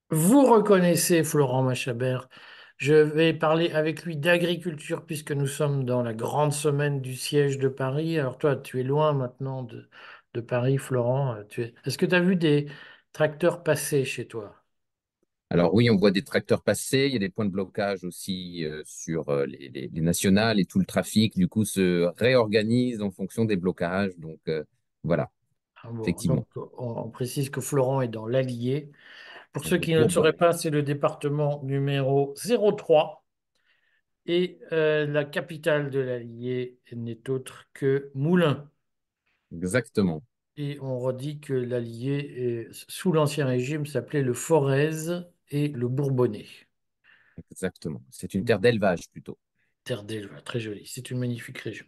Vous reconnaissez Florent Machabert. Je vais parler avec lui d'agriculture puisque nous sommes dans la grande semaine du siège de Paris. Alors toi, tu es loin maintenant de Paris, Florent. Est-ce que tu as vu des tracteurs passer chez toi? Alors oui, on voit des tracteurs passer, il y a des points de blocage aussi sur les nationales et tout le trafic, du coup, se réorganise en fonction des blocages. Donc voilà, Ah bon, effectivement. donc on précise que Florent est dans l'Allier. Pour Donc ceux le qui ne le sauraient Bourbonnais. pas, c'est le département numéro 03 et la capitale de l'Allier n'est autre que Moulins. Exactement, Et on redit que l'Allier, sous l'Ancien Régime, s'appelait le Forez et le Bourbonnais. exactement. C'est une terre d'élevage plutôt. Terre d'élevage, très jolie. C'est une magnifique région.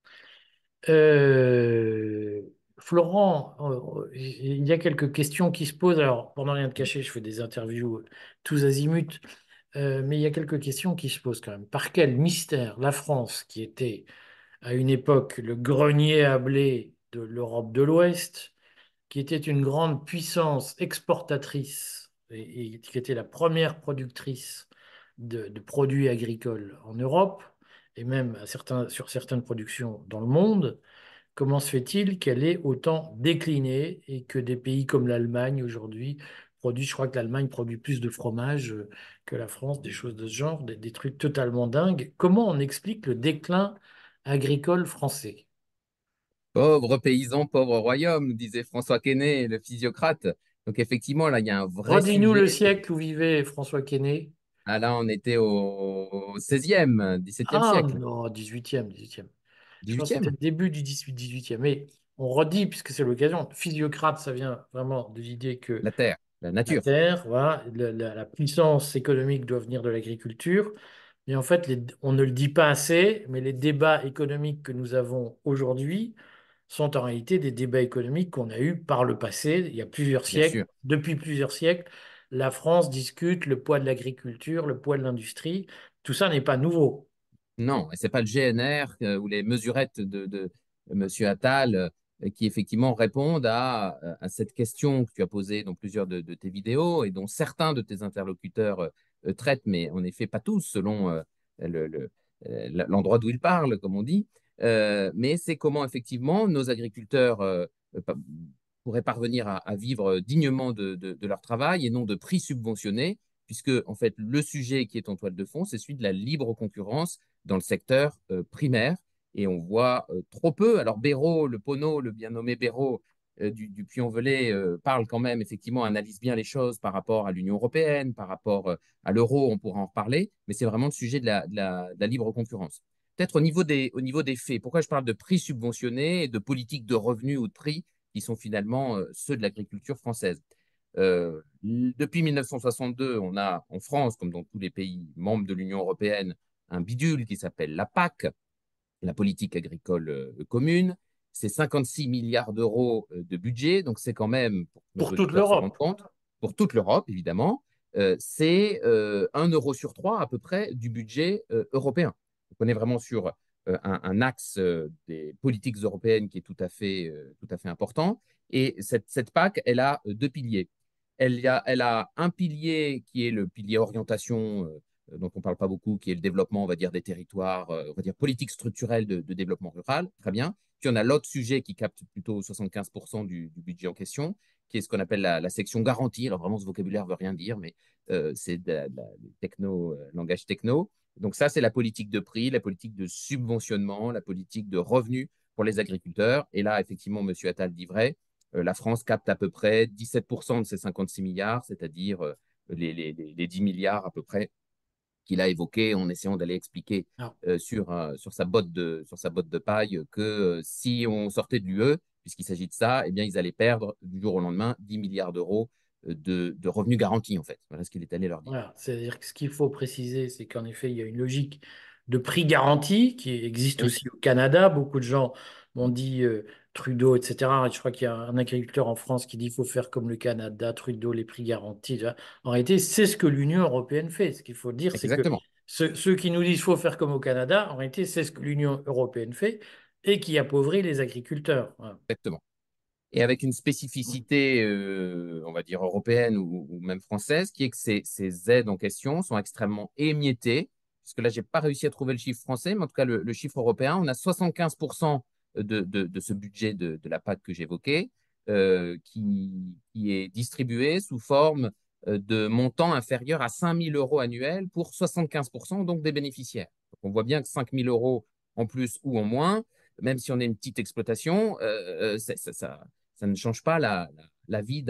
Euh, Florent, il y a quelques questions qui se posent. Alors, pour ne rien te cacher, je fais des interviews tous azimuts, mais il y a quelques questions qui se posent quand même. Par quel mystère la France, qui était à une époque le grenier à blé de l'Europe de l'Ouest, qui était une grande puissance exportatrice et qui était la première productrice de produits agricoles en Europe, et même sur certaines productions dans le monde, comment se fait-il qu'elle ait autant décliné et que des pays comme l'Allemagne aujourd'hui produisent, je crois que l'Allemagne produit plus de fromage que la France, des choses de ce genre, des trucs totalement dingues. Comment on explique le déclin agricole français? Pauvre paysan, pauvre royaume, nous disait François Quesnay, le physiocrate. Donc effectivement, là, il y a un vrai Redis-nous le sujet. siècle où vivait François Quesnay. Ah, là, on était au 16e, 17e Ah siècle. non, 18e, 18e. Je pense que c'était 18e, le début du 18e. Mais on redit, puisque c'est l'occasion, physiocrate, ça vient vraiment de l'idée que la terre, la la nature. terre, voilà, la puissance économique doit venir de l'agriculture. Mais en fait, on ne le dit pas assez, mais les débats économiques que nous avons aujourd'hui sont en réalité des débats économiques qu'on a eus par le passé, il y a plusieurs Bien siècles. sûr. Depuis plusieurs siècles, la France discute le poids de l'agriculture, le poids de l'industrie. Tout ça n'est pas nouveau. Non, et c'est pas le GNR ou les mesurettes de Monsieur Attal qui effectivement répondent à cette question que tu as posée dans plusieurs de tes vidéos et dont certains de tes interlocuteurs traitent, mais en effet pas tous selon le- le- l'endroit d'où ils parlent, comme on dit. Mais c'est comment effectivement nos agriculteurs pa- pourraient parvenir à vivre dignement de leur travail et non de prix subventionnés, puisque en fait le sujet qui est en toile de fond, c'est celui de la libre concurrence dans le secteur primaire. Et on voit trop peu. Alors Béraud, le Pono, le bien nommé Béraud du Puy-en-Velay parle quand même, effectivement, analyse bien les choses par rapport à l'Union européenne, par rapport à l'euro, on pourra en reparler, mais c'est vraiment le sujet de la libre concurrence. Peut-être au niveau des faits, pourquoi je parle de prix subventionnés et de politique de revenus ou de prix qui sont finalement ceux de l'agriculture française. Depuis 1962, on a en France, comme dans tous les pays membres de l'Union européenne, un bidule qui s'appelle la PAC, la politique agricole commune. C'est 56 milliards d'euros de budget, donc c'est quand même, pour que nos Pour toute auditeurs se rendent l'Europe. compte, pour toute l'Europe, évidemment, c'est 1 euro sur 3 à peu près du budget européen. Donc on est vraiment sur un axe des politiques européennes qui est tout à fait important. Et cette PAC, elle a deux piliers. Elle a un pilier qui est le pilier orientation dont on ne parle pas beaucoup, qui est le développement, on va dire, des territoires, on va dire politique structurelle de développement rural, très bien. Puis on a l'autre sujet qui capte plutôt 75% du budget en question, qui est ce qu'on appelle la section garantie. Alors vraiment, ce vocabulaire ne veut rien dire, mais c'est techno, langage techno. Donc ça, c'est la politique de prix, la politique de subventionnement, la politique de revenus pour les agriculteurs. Et là, effectivement, M. Attal dit vrai, la France capte à peu près 17% de ces 56 milliards, c'est-à-dire les 10 milliards à peu près qu'il a évoqué en essayant d'aller expliquer Alors, sur sa botte de paille que si on sortait de l'UE, puisqu'il s'agit de ça, eh bien, ils allaient perdre du jour au lendemain 10 milliards d'euros de revenus garantis, en fait. Voilà ce qu'il est allé leur dire. voilà. C'est-à-dire que ce qu'il faut préciser, c'est qu'en effet, il y a une logique de prix garanti qui existe Oui, aussi au Canada. Beaucoup de gens m'ont dit Trudeau, etc. Et je crois qu'il y a un agriculteur en France qui dit qu'il faut faire comme le Canada, Trudeau, les prix garantis. Tu vois. En réalité, c'est ce que l'Union européenne fait. Ce qu'il faut dire, c'est que exactement. ceux qui nous disent qu'il faut faire comme au Canada, en réalité, c'est ce que l'Union européenne fait et qui appauvrit les agriculteurs. Voilà. Exactement. et avec une spécificité, on va dire européenne ou même française, qui est que ces aides en question sont extrêmement émiettées, puisque là, je n'ai pas réussi à trouver le chiffre français, mais en tout cas, le chiffre européen, on a 75% de ce budget de la PAC que j'évoquais, qui est distribué sous forme de montants inférieurs à 5 000 euros annuels pour 75% donc des bénéficiaires. Donc, on voit bien que 5 000 euros en plus ou en moins, même si on est une petite exploitation, ça ne change pas la vie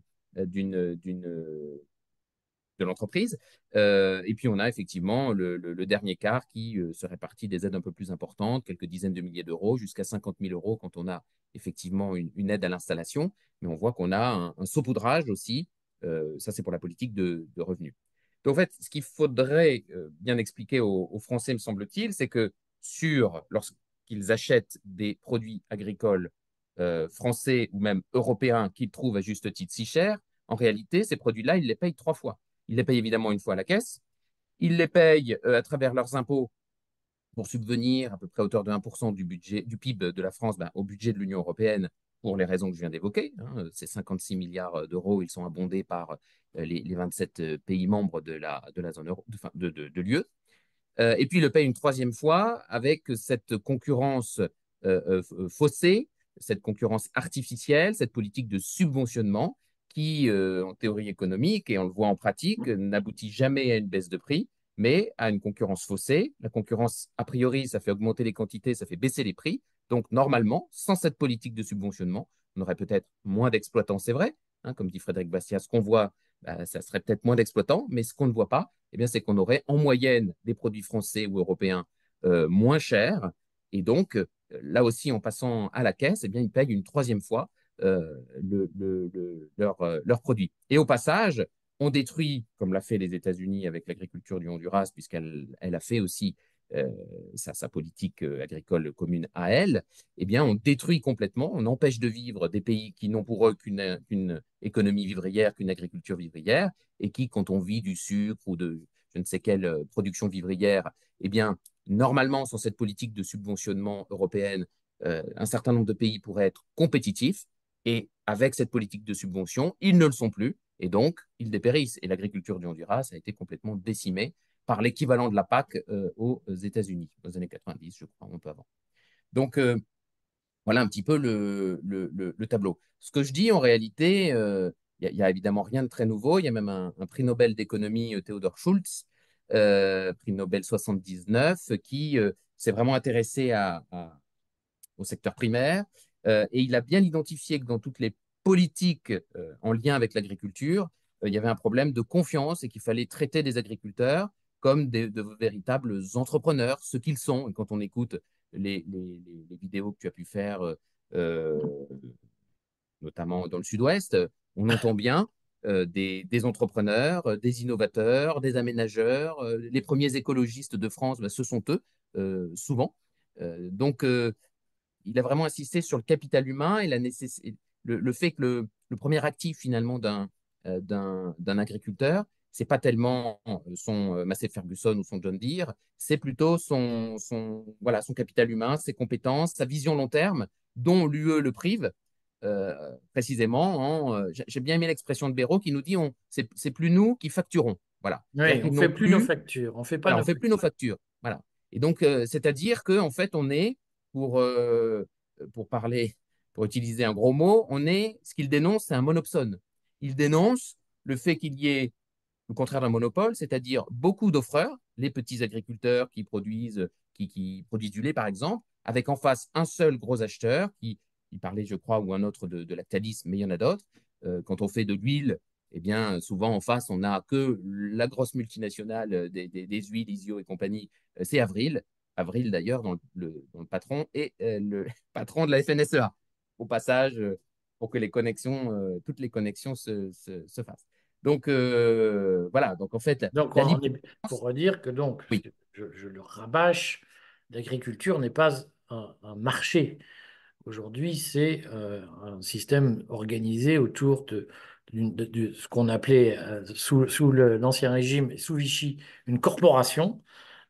de l'entreprise. Et puis, on a effectivement le dernier quart qui se répartit des aides un peu plus importantes, quelques dizaines de milliers d'euros, jusqu'à 50 000 euros quand on a effectivement une aide à l'installation. Mais on voit qu'on a un saupoudrage aussi. Ça, c'est pour la politique de revenus. Donc, en fait, ce qu'il faudrait bien expliquer aux Français, me semble-t-il, c'est que lorsqu'ils achètent des produits agricoles français ou même européens qu'ils trouvent à juste titre si chers, en réalité, ces produits-là, ils les payent trois fois. Ils les payent évidemment une fois à la caisse. Ils les payent à travers leurs impôts pour subvenir à peu près à hauteur de 1% du budget, du PIB de la France au budget de l'Union européenne pour les raisons que je viens d'évoquer. Ces 56 milliards d'euros, ils sont abondés par les 27 pays membres de la zone euro, de l'UE. Et puis, il le paye une troisième fois avec cette concurrence faussée, cette concurrence artificielle, cette politique de subventionnement qui, en théorie économique, et on le voit en pratique, n'aboutit jamais à une baisse de prix, mais à une concurrence faussée. La concurrence, a priori, ça fait augmenter les quantités, ça fait baisser les prix. Donc, normalement, sans cette politique de subventionnement, on aurait peut-être moins d'exploitants, c'est vrai. Comme dit Frédéric Bastiat, ce qu'on voit, ça serait peut-être moins d'exploitants, mais ce qu'on ne voit pas, eh bien, c'est qu'on aurait en moyenne des produits français ou européens moins chers. Et donc, là aussi, en passant à la caisse, eh bien, ils payent une troisième fois leurs produits. Et au passage, on détruit, comme l'a fait les États-Unis avec l'agriculture du Honduras, puisqu'elle a fait aussi sa politique agricole commune à elle, eh bien, on détruit complètement, on empêche de vivre des pays qui n'ont pour eux qu'une économie vivrière, qu'une agriculture vivrière, et qui, quand on vit du sucre ou de je ne sais quelle production vivrière, eh bien, normalement, sans cette politique de subventionnement européenne, un certain nombre de pays pourraient être compétitifs. Et avec cette politique de subvention, ils ne le sont plus. Et donc, ils dépérissent. Et l'agriculture du Honduras a été complètement décimée par l'équivalent de la PAC aux États-Unis, aux années 90, je crois, un peu avant. Donc, voilà un petit peu le tableau. Ce que je dis en réalité, il y a évidemment rien de très nouveau. Il y a même un prix Nobel d'économie, Theodor Schultz, prix Nobel 79, qui s'est vraiment intéressé au secteur primaire. Et il a bien identifié que dans toutes les politiques en lien avec l'agriculture, il y avait un problème de confiance et qu'il fallait traiter des agriculteurs comme de véritables entrepreneurs, ce qu'ils sont. Et quand on écoute les vidéos que tu as pu faire, notamment dans le sud-ouest, on entend bien des entrepreneurs, des innovateurs, des aménageurs. Les premiers écologistes de France, ben, ce sont eux, souvent. Donc, il a vraiment insisté sur le capital humain et le fait que le premier actif finalement d'un agriculteur, c'est pas tellement son Massey Ferguson ou son John Deere, c'est plutôt voilà, son capital humain, ses compétences, sa vision long terme, dont l'UE le prive, précisément. J'ai bien aimé l'expression de Béraud qui nous dit c'est plus nous qui facturons. Voilà. C'est-à-dire Oui, on qu'ils ne n'ont fait plus nos plus factures, on ne fait pas voilà, on nos fait plus nos factures. factures. Voilà. Et donc, c'est-à-dire qu'en fait, on est, pour, pour parler, pour utiliser un gros mot, ce qu'il dénonce, c'est un monopsone. Il dénonce le fait qu'il y ait le contraire d'un monopole, c'est-à-dire beaucoup d'offreurs, les petits agriculteurs qui produisent du lait, par exemple, avec en face un seul gros acheteur qui parlait, je crois, ou un autre de Lactalis, mais il y en a d'autres. Quand on fait de l'huile, eh bien, souvent en face, on n'a que la grosse multinationale des huiles, Isio et compagnie, c'est Avril. Avril, d'ailleurs, dans le patron, et le patron de la FNSEA, au passage, pour que toutes les connexions se fassent. Donc, voilà. Donc, en fait, Donc, la on est différence, pour redire que donc, oui, je le rabâche, l'agriculture n'est pas un marché. Aujourd'hui, c'est un système organisé autour de ce qu'on appelait sous l'Ancien Régime et sous Vichy une corporation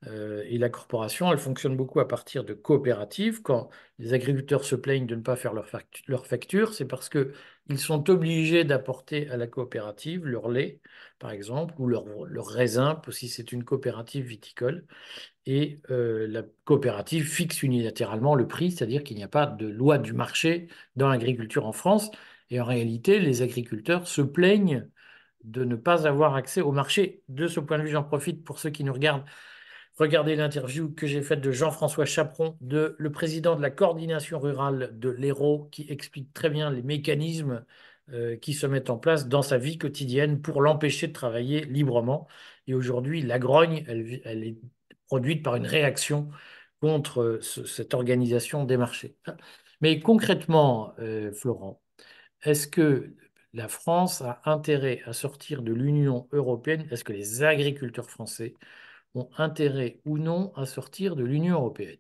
Et la corporation, elle fonctionne beaucoup à partir de coopératives. Quand les agriculteurs se plaignent de ne pas faire leur facture, c'est parce qu'ils sont obligés d'apporter à la coopérative leur lait, par exemple, ou leur raisin, si c'est une coopérative viticole. Et la coopérative fixe unilatéralement le prix, c'est-à-dire qu'il n'y a pas de loi du marché dans l'agriculture en France. Et en réalité, les agriculteurs se plaignent de ne pas avoir accès au marché. De ce point de vue, j'en profite pour ceux qui nous regardent. Regardez l'interview que j'ai faite de Jean-François Chaperon, le président de la coordination rurale de l'Hérault, qui explique très bien les mécanismes qui se mettent en place dans sa vie quotidienne pour l'empêcher de travailler librement. Et aujourd'hui, la grogne, elle est produite par une réaction contre cette organisation des marchés. Mais concrètement, Florent, est-ce que la France a intérêt à sortir de l'Union européenne? Est-ce que les agriculteurs français ont intérêt ou non à sortir de l'Union européenne?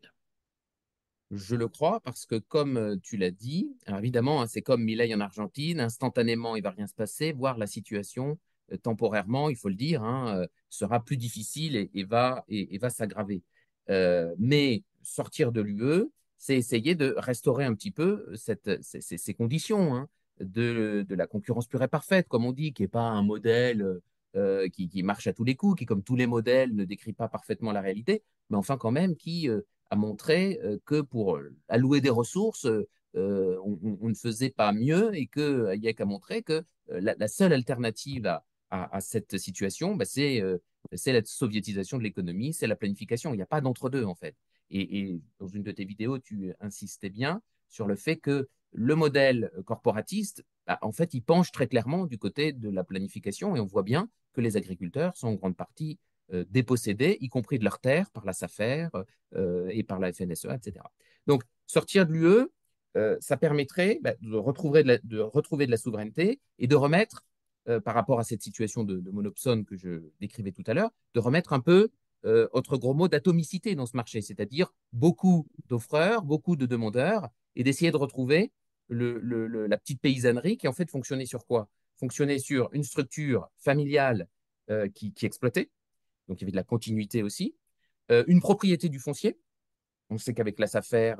Je le crois parce que, comme tu l'as dit, alors évidemment, hein, c'est comme Milei en Argentine, instantanément, il va rien se passer, voire la situation, temporairement, il faut le dire, hein, sera plus difficile et va s'aggraver. Mais sortir de l'UE, c'est essayer de restaurer un petit peu ces conditions, hein, de la concurrence pure et parfaite, comme on dit, qui n'est pas un modèle qui marche à tous les coups, qui, comme tous les modèles, ne décrit pas parfaitement la réalité, mais enfin quand même qui a montré que pour allouer des ressources, on ne faisait pas mieux et que Hayek a montré que la seule alternative à cette situation, bah, c'est la soviétisation de l'économie, c'est la planification. Il n'y a pas d'entre-deux, en fait. Et dans une de tes vidéos, tu insistais bien sur le fait que le modèle corporatiste, bah, en fait, il penche très clairement du côté de la planification et on voit bien que les agriculteurs sont en grande partie dépossédés, y compris de leurs terres, par la SAFER et par la FNSEA, etc. Donc, sortir de l'UE, ça permettrait bah, de retrouver de la souveraineté et de remettre, par rapport à cette situation de monopsone que je décrivais tout à l'heure, de remettre un peu, autre gros mot, d'atomicité dans ce marché, c'est-à-dire beaucoup d'offreurs, beaucoup de demandeurs, et d'essayer de retrouver la petite paysannerie qui en fait fonctionnait sur quoi? Fonctionnait sur une structure familiale qui exploitait, donc il y avait de la continuité aussi, une propriété du foncier. On sait qu'avec la SAFER,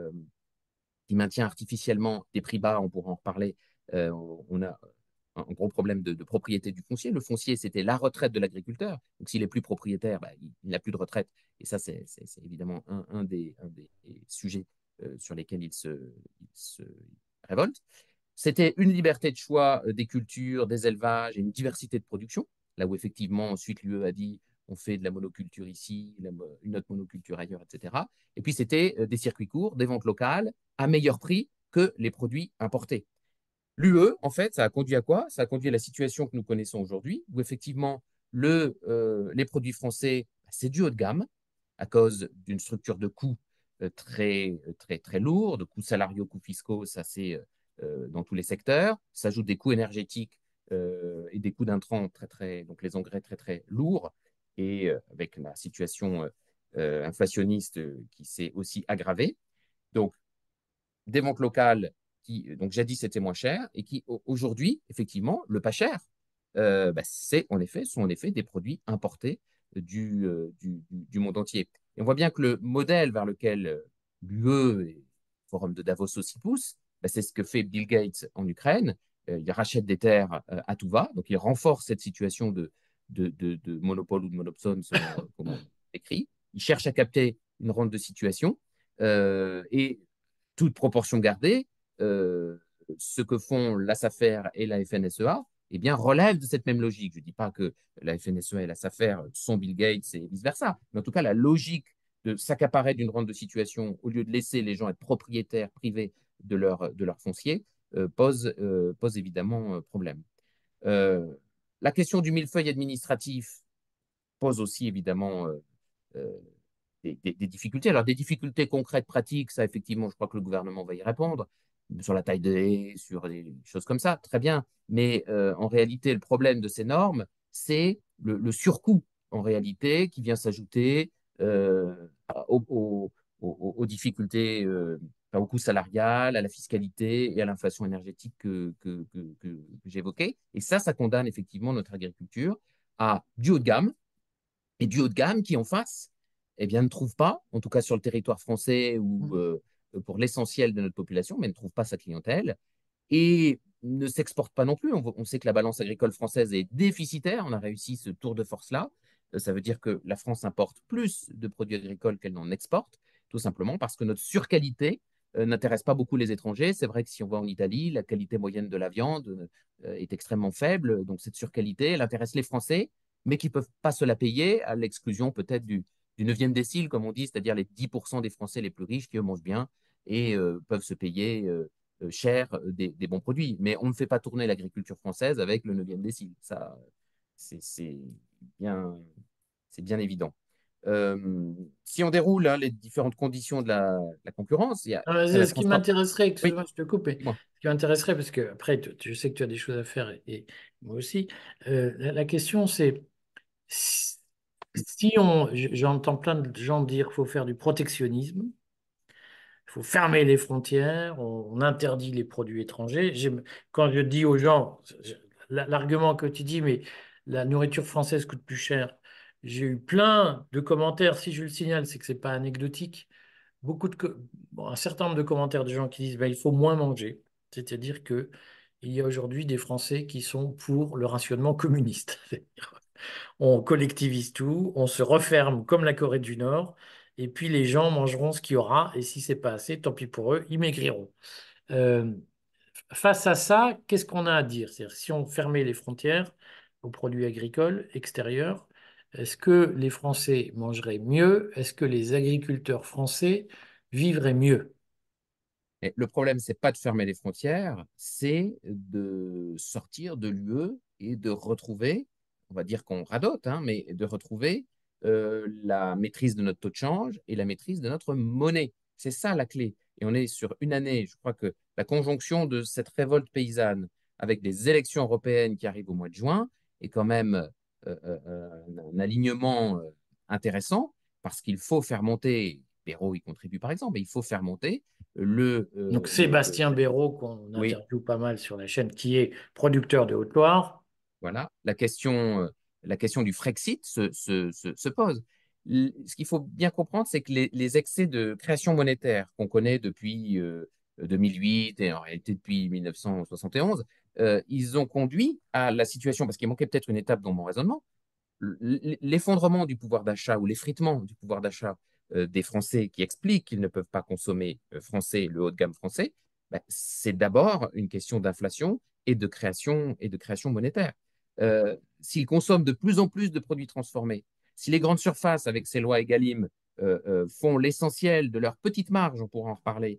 qui maintient artificiellement des prix bas, on pourra en reparler, on a un gros problème de propriété du foncier. Le foncier, c'était la retraite de l'agriculteur. Donc, s'il n'est plus propriétaire, bah, il n'a plus de retraite. Et ça, c'est évidemment un des sujets sur lesquels il se révolte. C'était une liberté de choix des cultures, des élevages et une diversité de production. Là où effectivement, ensuite, l'UE a dit on fait de la monoculture ici, une autre monoculture ailleurs, etc. Et puis, c'était des circuits courts, des ventes locales à meilleur prix que les produits importés. L'UE, en fait, ça a conduit à quoi? Ça a conduit à la situation que nous connaissons aujourd'hui, où effectivement, les produits français, c'est du haut de gamme, à cause d'une structure de coûts très lourde, coûts salariaux, coûts fiscaux, ça c'est dans tous les secteurs. S'ajoutent des coûts énergétiques et des coûts d'intrants donc les engrais très lourds, et avec la situation inflationniste qui s'est aussi aggravée. Donc, des ventes locales qui, donc jadis, c'était moins cher et qui, aujourd'hui, effectivement, le pas cher, bah, sont en effet des produits importés du monde entier. Et on voit bien que le modèle vers lequel l'UE et le Forum de Davos aussi poussent, bah, c'est ce que fait Bill Gates en Ukraine. Il rachète des terres à tout va, donc il renforce cette situation de monopole ou de monopsone selon comment on écrit. Il cherche à capter une rente de situation. Et toute proportion gardée, ce que font la SAFER et la FNSEA, eh bien, relève de cette même logique. Je ne dis pas que la FNSEA et la SAFER sont Bill Gates et vice-versa, mais en tout cas, la logique de s'accaparer d'une rente de situation au lieu de laisser les gens être propriétaires privés de leur foncier pose évidemment problème. Euh, la question du millefeuille administratif pose aussi évidemment euh, des difficultés. Alors, des difficultés concrètes, pratiques, ça, effectivement, je crois que le gouvernement va y répondre, sur la taille de haies, sur des choses comme ça, très bien. Mais en réalité, le problème de ces normes, c'est le surcoût, en réalité, qui vient s'ajouter aux, aux, aux, difficultés, au coût salarial, à la fiscalité et à l'inflation énergétique que j'évoquais. Et ça condamne effectivement notre agriculture à du haut de gamme, et du haut de gamme qui, en face, eh bien, ne trouvent pas, en tout cas sur le territoire français ou pour l'essentiel de notre population, mais ne trouve pas sa clientèle et ne s'exporte pas non plus. On sait que la balance agricole française est déficitaire. On a réussi ce tour de force-là. Ça veut dire que la France importe plus de produits agricoles qu'elle n'en exporte, tout simplement parce que notre surqualité n'intéresse pas beaucoup les étrangers. C'est vrai que si on va en Italie, la qualité moyenne de la viande est extrêmement faible. Donc cette surqualité, elle intéresse les Français, mais qui ne peuvent pas se la payer, à l'exclusion peut-être du 9e décile, comme on dit, c'est-à-dire les 10% des Français les plus riches qui, eux, mangent bien et peuvent se payer cher des bons produits. Mais on ne fait pas tourner l'agriculture française avec le 9e décile. Ça, c'est bien, c'est bien évident. Si on déroule hein, les différentes conditions de la concurrence, il y a après la Ce qui transparence. m'intéresserait, Oui, excuse-moi, je te coupe, mais dis-moi. ce qui m'intéresserait, parce que après, je sais que tu as des choses à faire et moi aussi, la question c'est si j'entends plein de gens dire qu'il faut faire du protectionnisme, il faut fermer les frontières, on interdit les produits étrangers. Quand je dis aux gens, l'argument que tu dis, mais la nourriture française coûte plus cher, j'ai eu plein de commentaires, si je le signale, c'est que c'est pas anecdotique. Bon, un certain nombre de commentaires de gens qui disent ben, il faut moins manger. C'est-à-dire que il y a aujourd'hui des Français qui sont pour le rationnement communiste. On collectivise tout, on se referme comme la Corée du Nord, et puis les gens mangeront ce qu'il y aura, et si c'est pas assez, tant pis pour eux, ils maigriront. Euh, Face à ça, qu'est-ce qu'on a à dire? C'est-à-dire, si on fermait les frontières aux produits agricoles extérieurs, est-ce que les Français mangeraient mieux? Est-ce que les agriculteurs français vivraient mieux? Et le problème, c'est pas de fermer les frontières, c'est de sortir de l'UE et de retrouver, on va dire qu'on radote, hein, mais de retrouver la maîtrise de notre taux de change et la maîtrise de notre monnaie. C'est ça la clé. Et on est sur une année, je crois que la conjonction de cette révolte paysanne avec des élections européennes qui arrivent au mois de juin est quand même un alignement intéressant parce qu'il faut faire monter, Perrault y contribue par exemple, mais il faut faire monter le, Donc euh, le- le- Sébastien Béraud, qu'on oui, interviewe pas mal sur la chaîne, qui est producteur de Haute-Loire. voilà, la question du Frexit se pose. Ce qu'il faut bien comprendre, c'est que les excès de création monétaire qu'on connaît depuis 2008 et en réalité depuis 1971, ils ont conduit à la situation, parce qu'il manquait peut-être une étape dans mon raisonnement, l'effondrement du pouvoir d'achat ou l'effritement du pouvoir d'achat des Français qui expliquent qu'ils ne peuvent pas consommer français, le haut de gamme français, ben, c'est d'abord une question d'inflation et de création monétaire. S'ils consomment de plus en plus de produits transformés, si les grandes surfaces, avec ces lois Egalim, font l'essentiel de leur petite marge, on pourra en reparler,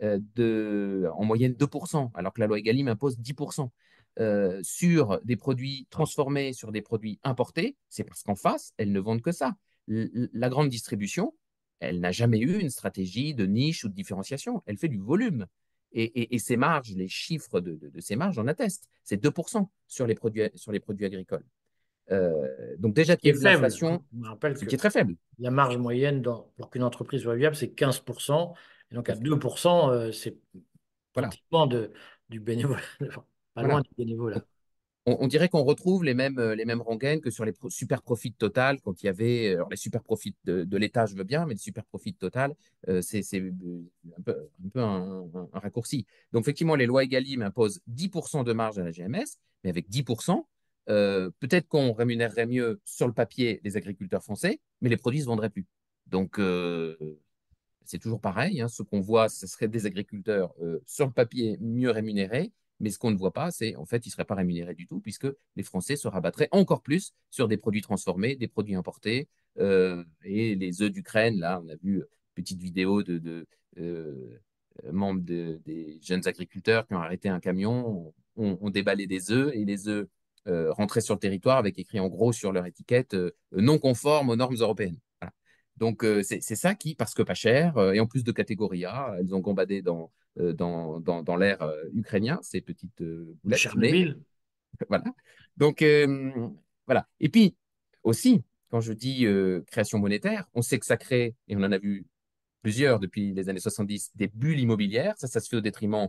en moyenne 2%, alors que la loi Egalim impose 10%, sur des produits transformés, sur des produits importés, c'est parce qu'en face, elles ne vendent que ça. La grande distribution, elle n'a jamais eu une stratégie de niche ou de différenciation. Elle fait du volume. Et ces marges, les chiffres de ces marges en attestent. C'est 2% sur les produits agricoles. Donc Ce déjà qui qu'il y est a eu de faible. l'inflation, Je me rappelle ce que qui est très faible. la marge moyenne pour qu'une entreprise soit viable, c'est 15%. Et donc Tout à à fait. 2%, c'est Voilà. pratiquement du bénévolat. Enfin, pas loin Voilà. du bénévolat. On dirait qu'on retrouve les mêmes rengaines que sur les super profits Total, quand il y avait alors les super profits de l'État, je veux bien, mais les super profits Total, c'est un peu un raccourci. Donc, effectivement, les lois Egalim imposent 10% de marge à la GMS, mais avec 10%, peut-être qu'on rémunérerait mieux sur le papier les agriculteurs français, mais les produits ne se vendraient plus. Donc, c'est toujours pareil. Hein. Ce qu'on voit, ce serait des agriculteurs sur le papier mieux rémunérés, mais ce qu'on ne voit pas, c'est en fait, ils ne seraient pas rémunérés du tout, puisque les Français se rabattraient encore plus sur des produits transformés, des produits importés. Et les œufs d'Ukraine, là, on a vu une petite vidéo euh, membres des jeunes agriculteurs qui ont arrêté un camion, ont déballé des œufs, et les œufs rentraient sur le territoire avec écrit en gros sur leur étiquette non conforme aux normes européennes. Voilà. Donc, c'est ça qui, parce que pas cher, et en plus de catégorie A, elles ont gambadé dans l'air ukrainien, ces petites De boulettes, mais Tchernobyl. voilà. Donc, voilà. Et puis, aussi, quand je dis création monétaire, on sait que ça crée, et on en a vu plusieurs depuis les années 70, des bulles immobilières. Ça se fait au détriment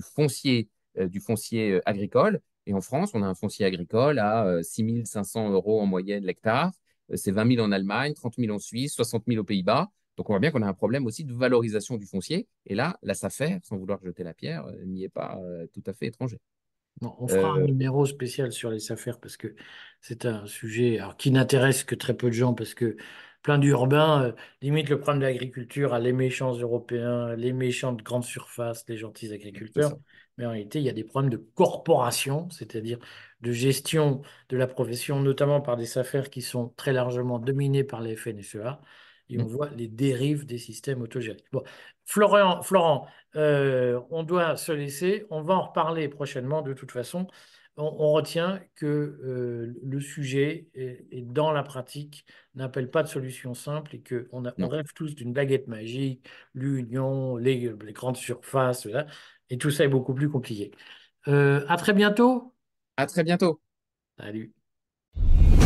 du foncier agricole. Et en France, on a un foncier agricole à 6 500 € en moyenne l'hectare. c'est 20 000 en Allemagne, 30 000 en Suisse, 60 000 aux Pays-Bas. Donc, on voit bien qu'on a un problème aussi de valorisation du foncier. Et là, la SAFER, sans vouloir jeter la pierre, n'y est pas tout à fait étranger. Bon, on fera un Euh, numéro spécial sur les affaires parce que c'est un sujet alors, qui n'intéresse que très peu de gens parce que plein d'urbains limite le problème de l'agriculture à les méchants Européens, les méchants de grandes surfaces, les gentils c'est agriculteurs. ça. Mais en réalité, il y a des problèmes de corporation, c'est-à-dire de gestion de la profession, notamment par des affaires qui sont très largement dominées par les FNSEA. Et on Mm. voit les dérives des systèmes autogérés. Bon, Florent, on doit se laisser. On va en reparler prochainement. De toute façon, on retient que le sujet est dans la pratique n'appelle pas de solution simple et on Non. rêve tous d'une baguette magique, l'union, les grandes surfaces, là, et tout ça est beaucoup plus compliqué. À très bientôt. À très bientôt. Salut.